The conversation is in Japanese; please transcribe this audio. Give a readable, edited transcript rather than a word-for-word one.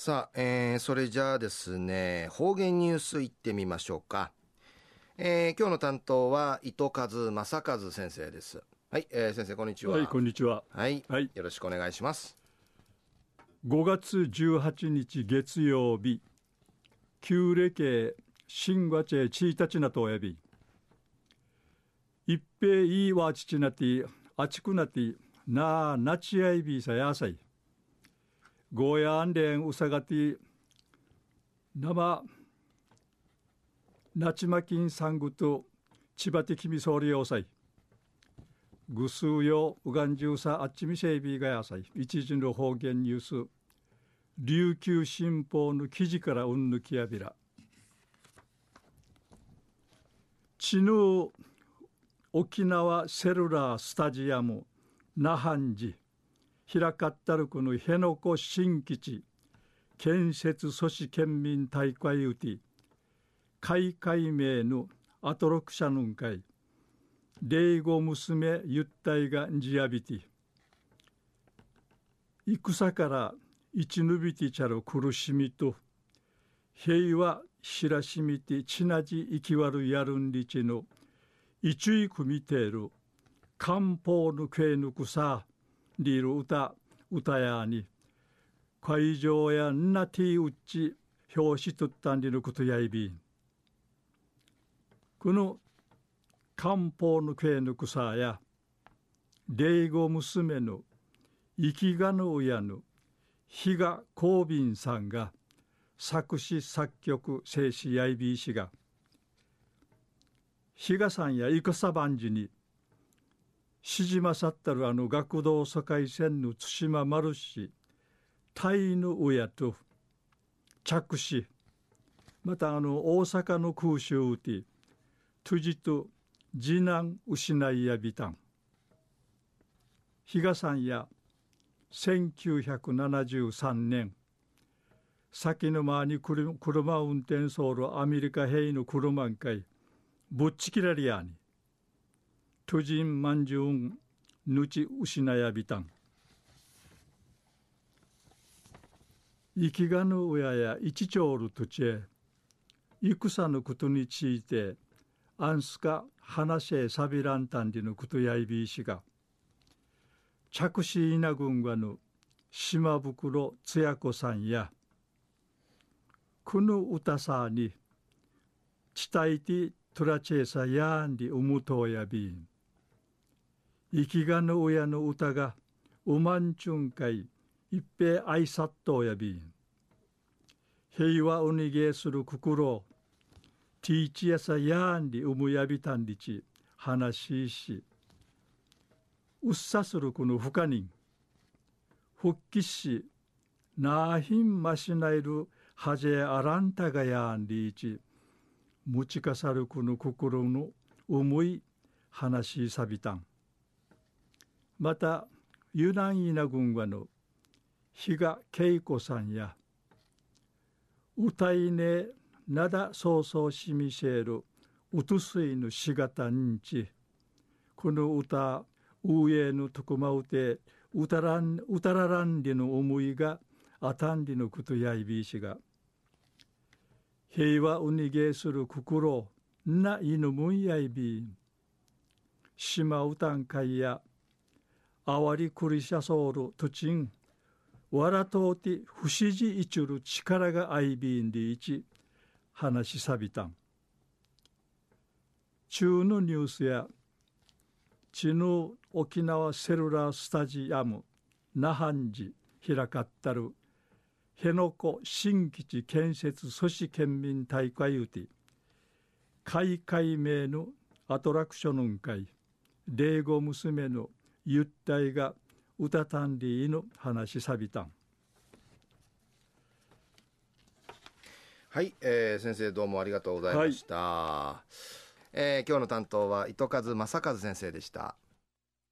さあ、それじゃあですね、方言ニュースいってみましょうか。今日の担当は糸数正和先生です。はい、先生こんにちはい、 は。 こんにちは。 はい、 はい、 よろしくお願いします。 5月18日月曜日、旧暦新月1日なとおやび、一平いいわちちなて、あちくなて、なちやいびさやさい。ゴーヤアンレンうさがて、生、なちまきんさんぐと、ちばてきみそうりよさい。ぐすうようがんじゅうさあっちみせいびがやさい。一時の方言ニュース。琉球新報の記事からうんぬきやびら。ちぬ沖縄セルラースタジアム那覇寺開かったるこの辺野古新基地建設阻止県民大会うて開会名のアトロクシャヌン会霊後娘ゆったいがんじやびて戦から一ぬびてちゃる苦しみと平和しらしみてちなじ生きわるやるんりちの一位組みてる漢方のけぬくさりる歌やに会場やんなていうち表紙とったんりのことやいびんこの漢方のけぬくさや霊後娘の生きがの親の比嘉光斌さんが作詞作曲静止やいびいしが比嘉さんや生さばんじにしじまさったる学童疎開船の対馬丸氏タイの親と着しまた大阪の空襲でとじと次男失いやびたん比嘉さんや1973年先の間に車運転走路アメリカ兵の車んかいぶっちきらりやにとじんまんじゅうんぬち失やびたん生きがぬ親や一丁るとちえ戦のことについてアンスカ話せさびらんたんりのことやいびいしが着しいな軍がぬ島袋つやこさんやこの歌さに伝えてトラチェーサヤーンリウムトーやびん生きがぬ親の歌がうまんちゅんかい一平愛さっとやびん平和をにげする心ティーチやさやんりうむやびたんりち話しうっさするこの深人復帰しなあひんましないるはじえあらんたがやんりちむちかさるこの心の思い話しさびたんまたユナンイナ軍話の比嘉恵子さんや歌いねなだそうそうしみせるうとすいのしがたんちこの歌うえのとくまうてうたらんりの思いがあたんりのことやいびいしが平和うにげする心ないぬむんやいびんしまうたんかいやあわりくりしゃそうるとちんわらとうて不思議いちゅる力があいびんでいち話しさびたん中のニュースやちぬ沖縄セルラースタジアム那覇寺開かったる辺野古新基地建設阻止県民大会うて開会名のアトラクション会霊後娘のゆったいが歌たんりの話さびたんはい、先生どうもありがとうございました。今日の担当は糸数正和先生でした。